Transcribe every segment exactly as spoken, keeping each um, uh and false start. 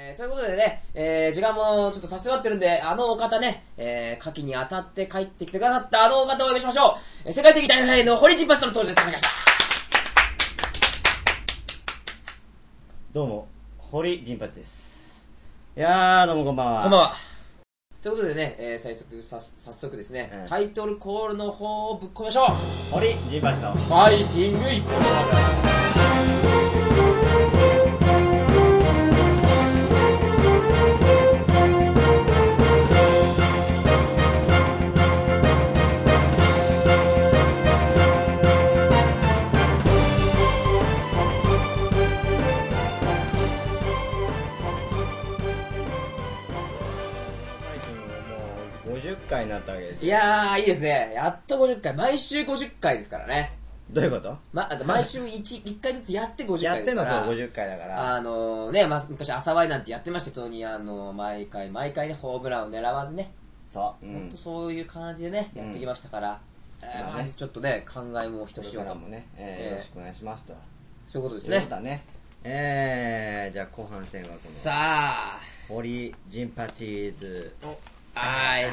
えー、ということでね、えー、時間もちょっと差し迫ってるんで、あのお方ね、えー、牡蠣に当たって帰ってきてくださったあのお方をお呼びしましょう。えー、世界的大会の堀チンパストの登場です。お願いします。 どうも、堀陣八です。いやー、どうもこんばんは。 こんばんは。ということでね、えー、最速さ早速ですね、 うん、 タイトルコールの方をぶっ込みましょう。 堀陣八のファイティング一本勝負。 ごじゅっかいになったわけですよ。 いやー、いいですね。やっとごじゅっかい。毎週ごじゅっかいですからね。 どういうこと？ ま、あと毎週 1, いっかいずつやってごじゅっかいですから。 やってんのそうごじゅっかいだから。 あのー、ね、まあ、昔朝ワイなんてやってましたけどに、あのー、毎回毎回ね、ホームランを狙わずね。 そう。うん、 ほんとそういう感じでね、やってきましたから。うん、えーまあね、ちょっとね、考えもひとしおと。 これからもね、えーえー、よろしくお願いしますと。 そういうことですね。 そうだね。えー、じゃあ後半戦はこの。 さあ。 堀陣八ズ。 あーい。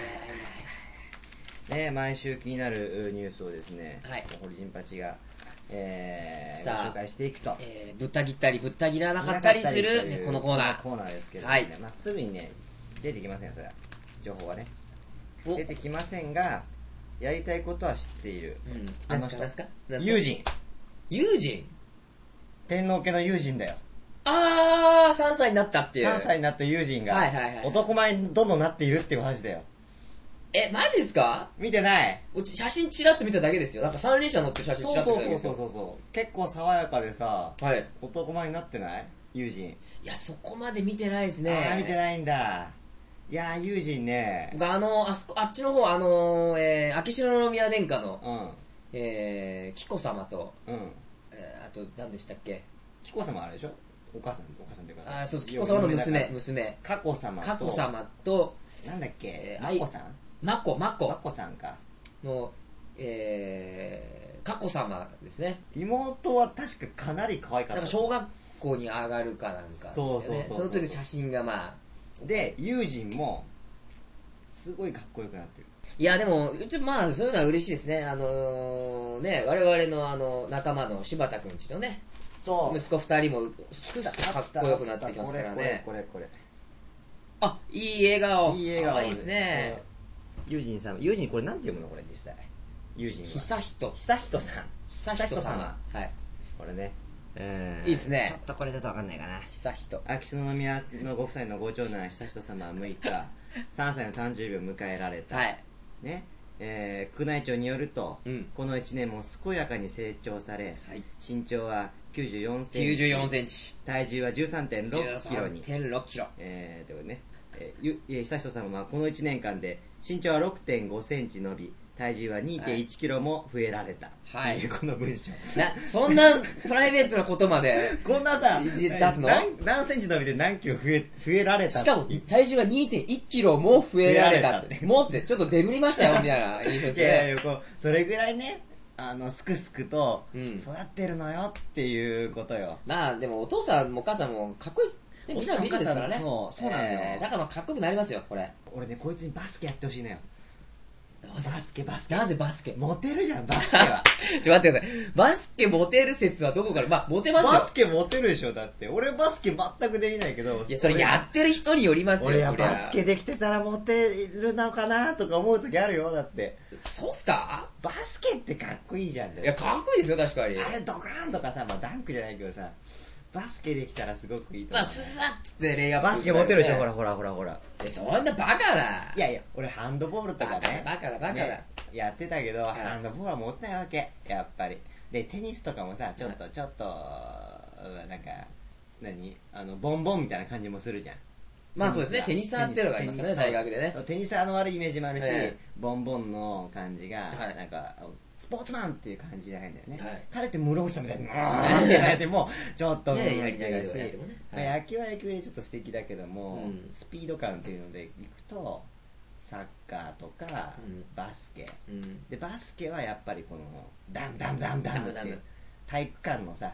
ね、毎週気になるニュースをですね、 はい、 堀陣八が、えー、 さあご紹介していくと、 えー、ぶった切ったりぶった切らなかったりする、ね、このコーナーコーナーですけど、ね、 はい、 まあ、すぐにね出てきませんよ。それは情報はね出てきませんが、やりたいことは知っている、 うん、 あの人ですか友人友人天皇家の友人だよ。 あー、さんさいになったっていう。 さんさいになった友人が、 はいはいはい、 男前にどんどんなっているっていう話だよ。 え、マジですか？ 見てない？ 写真チラッと見ただけですよ。なんか三輪車乗ってる写真チラッと見ただけですよ。 そうそうそうそう。結構爽やかでさ、 はい、 男前になってない？友人。 いや、そこまで見てないですね。 あー、見てないんだ。いやー、友人ね。 僕あの、あそこ、あっちの方、あのー、えー、秋篠宮殿下の、 うん、 えー、紀子様と、 うん、 えー、あと、何でしたっけ？ 紀子様あれでしょ？お母さん、お母さんというか。 あ、そうそう、紀子様の娘、娘。 佳子様と。 佳子様と、 なんだっけ？ えー、 眞子さん？ 眞子、眞子。 眞子さんか。 の、えー、佳子様ですね。 妹は確かかなり可愛かった。 なんか小学校に上がるかなんか、ね。 そうそうそうそう。 その時の写真がまあ。で、友人も、すごいかっこよくなってる。 いや、でも、ちょまあ、そういうのは嬉しいですね。あのー、ね、我々のあの、仲間の柴田くんちのね、そう。息子二人も、すくすくかっこよくなってきますからね。 これ、これ、これ。 あ、いい笑顔。 いい笑顔。 かわいいですね。 友人さん、友人これなんて読むのこれ実際。友人は。 久人。 久人さん。 久人様。はい。 これね。 えー、いいですね。 ちょっとこれだとわかんないかな。 久人。 秋篠宮のご夫妻のご長男久人様はむいか、さんさいの誕生日を迎えられた。 はい。 ね。えー、宮内庁によると、うん、このいちねんも健やかに成長され、はい、身長はきゅうじゅうよんセンチ。 きゅうじゅうよんセンチ。 体重は じゅうさんてんろくキロに。 じゅうさんてんろくキロ。 えー、ということね。えー、ゆ久人様はこのいちねんかんで身長は ろくてんごセンチ伸び、体重は にてんいちキロも増えられた。はい。この文章。 な、そんなプライベートなことまでこんなさ、 出すの？ 何、何センチ伸びて何キロ増え、増えられた。 しかも体重は にてんいちキロも増えられたって。もうってちょっとデブりましたよみたいな印象ですね。 いやいや、こう、それぐらいね、あの、すくすくと育ってるのよっていうことよ。 うん、まあでもお父さんもお母さんもかっこいいです。でもみんな美女ですからね。 そう、そうなんだよ、 えー。だからかっこよくなりますよ、これ。 俺ね、こいつにバスケやってほしいのよ。バスケ、バスケ。 なぜバスケ？ モテるじゃん、バスケは。 ちょ、待ってください。バスケモテる説はどこから？まあ、モテますよ。 バスケモテるでしょ、だって。俺バスケ全くできないけど。 いや、それやってる人によりますよ、 俺はバスケできてたらモテるのかなとか思う時あるよ、だって。 そうっすか？ バスケってかっこいいじゃん。 いや、かっこいいですよ、確かに。 あれドカーンとかさ、まあダンクじゃないけどさ、バスケできたらすごくいいと思う。 まあ、スサッつってレイアップ、 バスケモテるでしょ、ほらほらほらほら。 え、そんなバカだ。 いやいや、俺ハンドボールとかね。 バカだ、バカだ。ね、 やってたけど、ハンドボールは持ってないわけ、やっぱり。で、テニスとかもさ、ちょっと、ちょっと、なんか、何あの、ボンボンみたいな感じもするじゃん。 まあそうですね、テニサーっていうのがありますからね、大学でね。 テニサーの悪いイメージもあるし、ボンボンの感じが、なんか、スポーツマンっていう感じじゃないんだよね。はい、彼って室伏さんみたいに、あーってやっても、ちょっと、 ね、やりたいけどやってもね。 野球は野球でちょっと素敵だけども、うん、スピード感っていうのでいくと、サッカーとか、うん、バスケ、うん、でバスケはやっぱりこのダンダンダンダンっていう体育館のさ、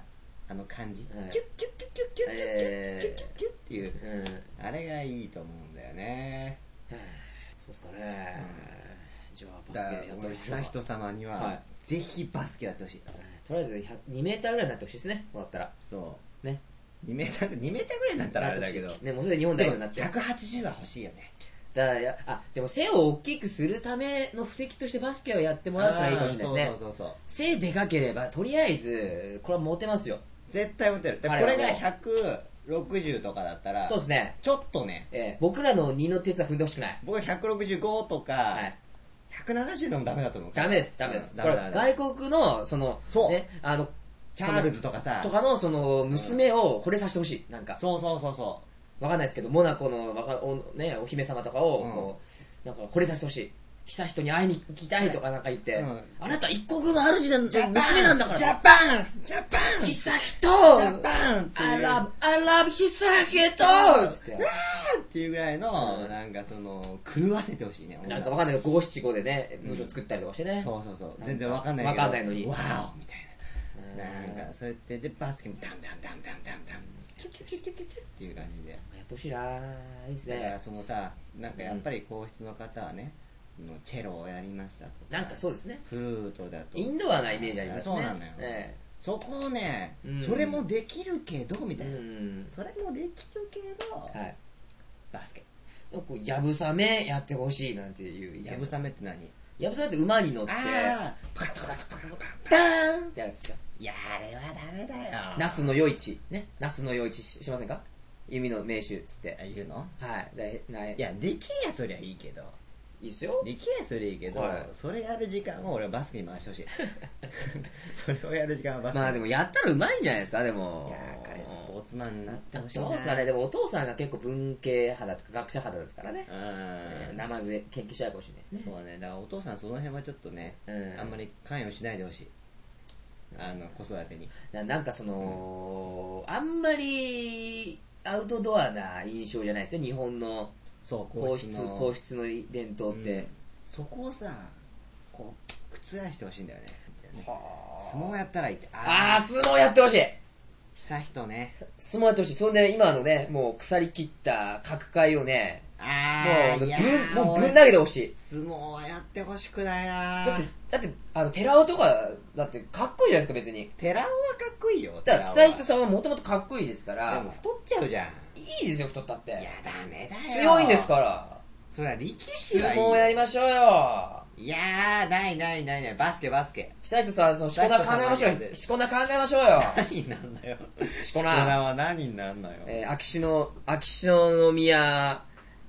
あの感じ、 はい、 キュッキュッキュッキュッキュッキュッキュッキュッキュッキュッっていう、うん、あれがいいと思うんだよね。 そうっすかね、うん、じゃあバスケやってほしい。 悠仁様には、はい、ぜひバスケやってほしい。 とりあえずにメーターぐらいになってほしいですね。そうだったらそうね、 にメーターにメーターぐらいになったらあれだけどね、もうそれで日本代表になってひゃくはちじゅうは欲しいよね。 だからやあでも背を大きくするための布石としてバスケをやってもらったらいいかもしれないですね。 そうそうそうそう、 背でかければとりあえずこれはモテますよ。 絶対モテる。これがひゃくろくじゅうとかだったらそうですね、 ちょっとね、 えー、僕らの二の鉄は踏んでほしくない。 僕はひゃくろくじゅうごとか、はい、ひゃくななじゅうでもダメだと思う。 ダメですダメです、うん、これ外国のそのそう、 ね、あのチャールズとかさとかのその娘を惚れさせてほしい。なんかそうそうそうそう、 わかんないですけどモナコのわかお、ね、お姫様とかをこう、うん、なんか惚れさせてほしい。悠仁に会いに行きたいとかなんか言って、うん、あなた一国の主なん娘なんだから、 ジャパンジャパン悠仁ジャパン I love I love 悠仁つってっていうぐらいの、うん、なんかその狂わせてほしいね。 なんかわかんないけど五七五でね文章作ったりとかしてね、 うん、そうそうそう、全然わかんないけどわかんないのにワーオみたいな、なんかそうやってでバスケもダンダンダンダンダンダンキュキュキュキュキュキュっていう感じでやってほしいな。いいですね。 だからそのさ、なんかやっぱり皇室の方はね、のチェロをやりましたとか、 なんかそうですね、 フルートだとインドアなイメージありますね。 そうなのよ、ええ、そこをね、うん、それもできるけどみたいな、うん、それもできるけど、はい、バスケやぶさめやってほしいなんていう。 やぶさめって何？ やぶさめって馬に乗ってあパカパカパカパカダーンってやるんですよ。 いやあれはダメだよ。 ナスの夜市ね、ナスの夜市 し, しませんか？弓の名手っつって言うの？ はいだいやできりゃそりゃいいけど、 いいっすよ、 できりゃそれいいけど、はい、それやる時間を俺はバスケに回してほしいそれをやる時間はバスケに。 まあでもやったらうまいんじゃないですか。でもいや彼スポーツマンになってほしいな。 どうですかね。でもお父さんが結構文系派だとか学者派ですからね、うん、ナマズ研究しちゃうかもしれないですね。 そうね、だからお父さんその辺はちょっとね、うん、あんまり関与しないでほしい、あの子育てに。 な, なんかその、うん、あんまりアウトドアな印象じゃないですよ日本のそう皇室の皇室の伝統って、うん、 そこをさこう覆してほしいんだよね。相撲やったらいいって。 ああ相撲やってほしい。 悠仁ね、 相撲やってほしい。そんで今のねもう腐り切った角界をね、 あもうぶんもうぶん投げてほしい。 相撲はやってほしくないな。 だってだってあの寺尾とかだってかっこいいじゃないですか。別に寺尾はかっこいいよ。 だから悠仁さんはもともとかっこいいですから。 でも太っちゃうじゃん。 いいですよ太ったって。いやダメだよ、 強いんですから。 そりゃ力士はいいよ。 相撲やりましょうよ。 いやーないないないない、バスケバスケ。 悠仁さん、そのしこ名考えましょうよ。しこ名考えましょうよ。 何になんだよ。 しこ名は何になんだよ。 えー、秋篠秋篠宮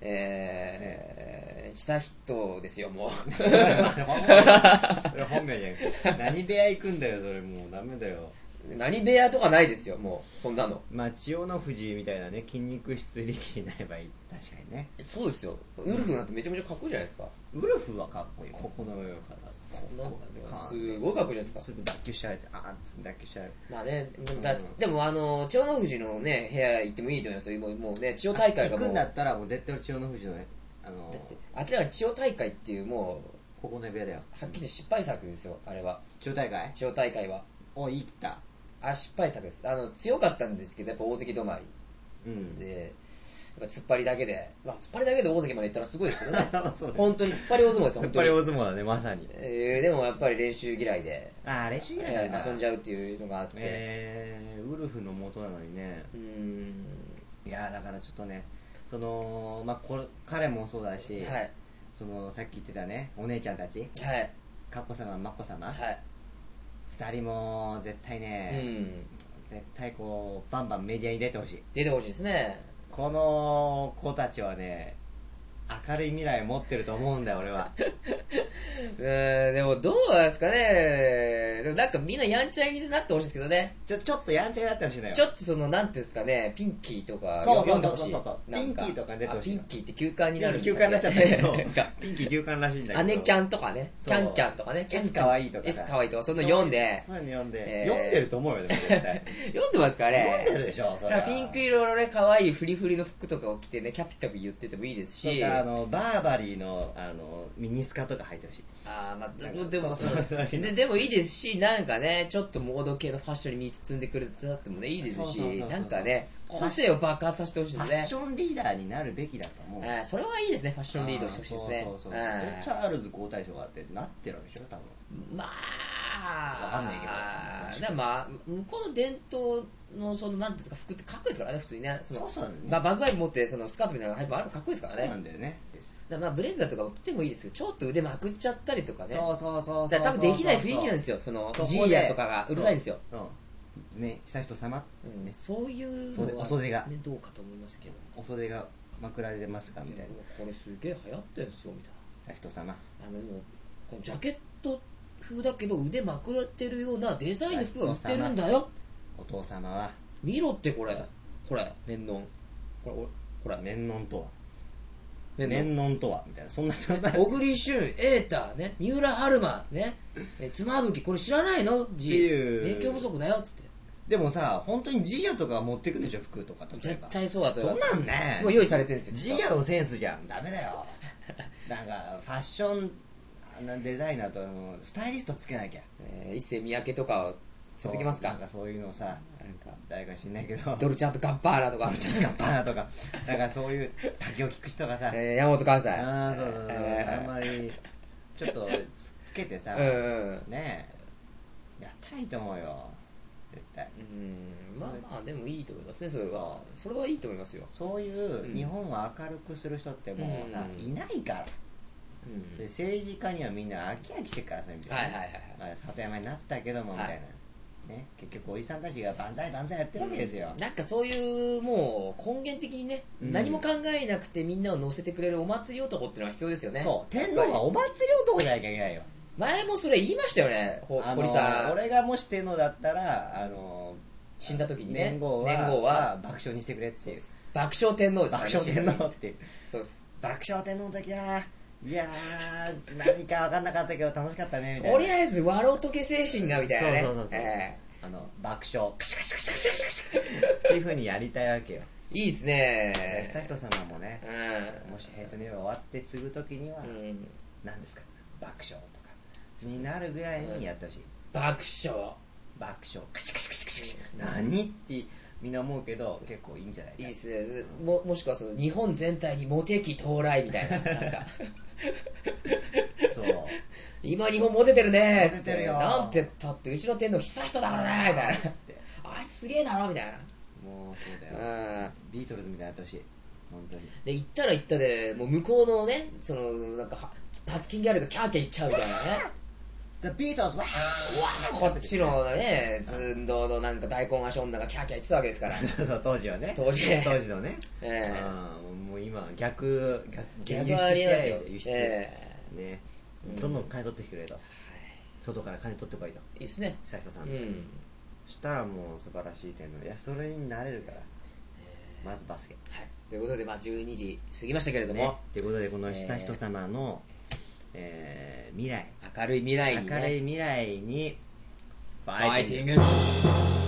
えー、悠仁ですよもう。 それ本名じゃん。何部屋行くんだよそれ、もうダメだよ。 何部屋とかないですよもうそんなの。 まあ千代の富士みたいなね筋肉質力士になればいい。確かにね。 そうですよ。ウルフなんてめちゃめちゃかっこいいじゃないですか。 ウルフはかっこいい。ここの上をかたす。 すごいかっこいいじゃないですか。 すぐ脱臼しちゃうやつ。あー脱臼しちゃう。 まあね、でも、だでもあの千代の富士のね部屋行ってもいいと思いますよ。もうもうね千代大会がもう。 行くんだったらもう絶対千代の富士のねあのー、 だって明らかに千代大会っていうもうここの部屋だよ。 はっきり失敗作ですよあれは。 千代大会？ 千代大会は。 お言い切った。 あ失敗作です。あの強かったんですけどやっぱ大関止まり、うん、でやっぱ突っ張りだけで、まあ、突っ張りだけで大関まで行ったらすごいですけどね本当に突っ張り大相撲ですよ。 突っ張り大相撲だねまさに、 えー、でもやっぱり練習嫌いであ練習嫌いで遊んじゃうっていうのがあって、 えー、ウルフの元なのにね。うーんいやだからちょっとねその、まあ、これ彼もそうだし、はい、そのさっき言ってたねお姉ちゃんたち、はい、かっこ様まっこ様、はいふたりも絶対ね、うん、絶対こうバンバンメディアに出てほしい。 出てほしいですね。 この子たちはね明るい未来を持ってると思うんだよ俺は。 うーんでもどうなんですかね。でもなんかみんなやんちゃになってほしいですけどね。 ちょちょっとやんちゃになってほしいのよ。 ちょっとそのなんていうんですかねピンキーとかそうそうそうそうそうピンキーとか出てほしい。 ピンキーって休館になるんですか、ね、休館になっちゃったけどピンキー休館らしいんだけど姉キャンとかねキャンキャンとかね S かわいいとか S かわいいとかその読んでそういうの読んで、えー、読んでると思うよ絶対読んでますかね。 読んでるでしょそれは。 ピンク色のね可愛いフリフリの服とかを着てねキャピキャピ言っててもいいですし、 あのバーバリーのあのミニスカとか履いてほしい。 ああ、まあでもそうででもいいですし、なんかねちょっとモード系のファッションに身包んでくれてってもねいいですし、なんかね個性を爆発させてほしいですね。 ファッションリーダーになるべきだと思う。 あそれはいいですね、ファッションリードしてほしいですね。 そうそうそうそうチャールズ皇太子があってなってるわけでしょ多分。 まあわかんないけど。 だからまあ向こうの伝統のそのなんですか服ってかっこいいですからね普通にね。そのそうそうね。 まあバッグバイク持ってそのスカートみたいなのが入ってもあるかっこいいですからね。 そうなんだよね。 だまあブレザーとか着てもいいですけどちょっと腕まくっちゃったりとかね。 そうそうそうそう。 多分できない雰囲気なんですよ。そのジーヤとかがうるさいんですよ。 うん。ね悠仁様。 うん。そういうのはお袖がねどうかと思いますけど。 お袖がまくられてますかみたいな。 これすげえ流行ってるんですよみたいな。悠仁様。 あのこのジャケット風だけど腕まくられてるようなデザインの服が売ってるんだよ。 お父様は見ろってこれこれ面のこれこれ面のとは面のとはみたいなそんなそんな小栗旬瑛太ね三浦春馬ね妻夫木これ知らないの G 勉強不足だよっつって。 でもさ本当にジーヤとか持ってくんでしょ服とかと絶対そうだと思います。そんなんねもう用意されてるんですよ。ジーヤのセンスじゃんダメだよ。なんかファッションデザイナーとスタイリストつけなきゃ、 えー、一世三宅とかをつけてきますか。 なんかそういうのさなんか誰か知んないけどドルチャンとガッバーナとかドルチャンガッバーナとかなんかそういう滝を聞く人がさ、 えー、山本関西ああそうそうそう、えー、あんまりちょっとつけてさ、うんうん、ねえやったらいいと思うよ絶対。 うんまあまあでもいいと思いますねそれはそれはいいと思いますよ。 そういう日本を明るくする人ってもうさ、うん、いないから。うん、で政治家にはみんな飽き飽きしてからそういう意味で、ね、はいはいはい、まあ、里山になったけどもみたいな、はいね、結局おじさんたちが万歳万歳やってるわけですよ、 うん、なんかそういうもう根源的にね、うん、何も考えなくてみんなを乗せてくれるお祭り男っていうのが必要ですよね。 そう天皇はお祭り男じゃなきゃいけないよ。 前もそれ言いましたよね堀さん。 俺がもし天皇だったらあの死んだ時にね年号 は, 年号は爆笑にしてくれっていう。 爆笑天皇です爆笑天皇っていうそうです。 爆笑天皇の時はいやー何か分かんなかったけど楽しかったねみたいな。 とりあえず笑うとけ精神がみたいなね。 そうそうそうそう、えー、あの爆笑カシャカシャカシャカシャカシャっていう風にやりたいわけよ。 いいっすね悠仁さまもね、うん、もし平成の世が終わって継ぐ時には、うん、何ですか爆笑とかになるぐらいにやってほしい、うん、 爆笑爆笑カシャカシャカシャカシャ、うん、何ってみんな思うけど結構いいんじゃないか。 いいですね。 も, もしくはその日本全体にモテ期到来みたいななんかそう今日本モテてるねーっつってなんて言ったってうちの天皇悠仁だからねみたいなあいつすげえだろみたいな。 もうそうだよ、ビートルズみたいになってほしい本当に。 で行ったら行ったでもう向こうのねそのなんかパツキンギャルがキャーキャー言っちゃうみたいなね The Beatles わーこっちのね寸胴のなんか大根足女がキャーキャー言ってたわけですからそうそう当時はね当時当時のね、えー、もう今逆逆逆ありますよ輸出、えー、ねどんどん金取ってきてくれと、うん、外から金取ってこいと。 いいですね悠仁さん、うん、そしたらもう素晴らしい点のいやそれになれるから、えー、まずバスケ、 はい、ということで、まあ、じゅうにじ過ぎましたけれども、 ね、ということでこの悠仁さまの、えー、未来明るい未来に、ね、 明るい未来にファイティング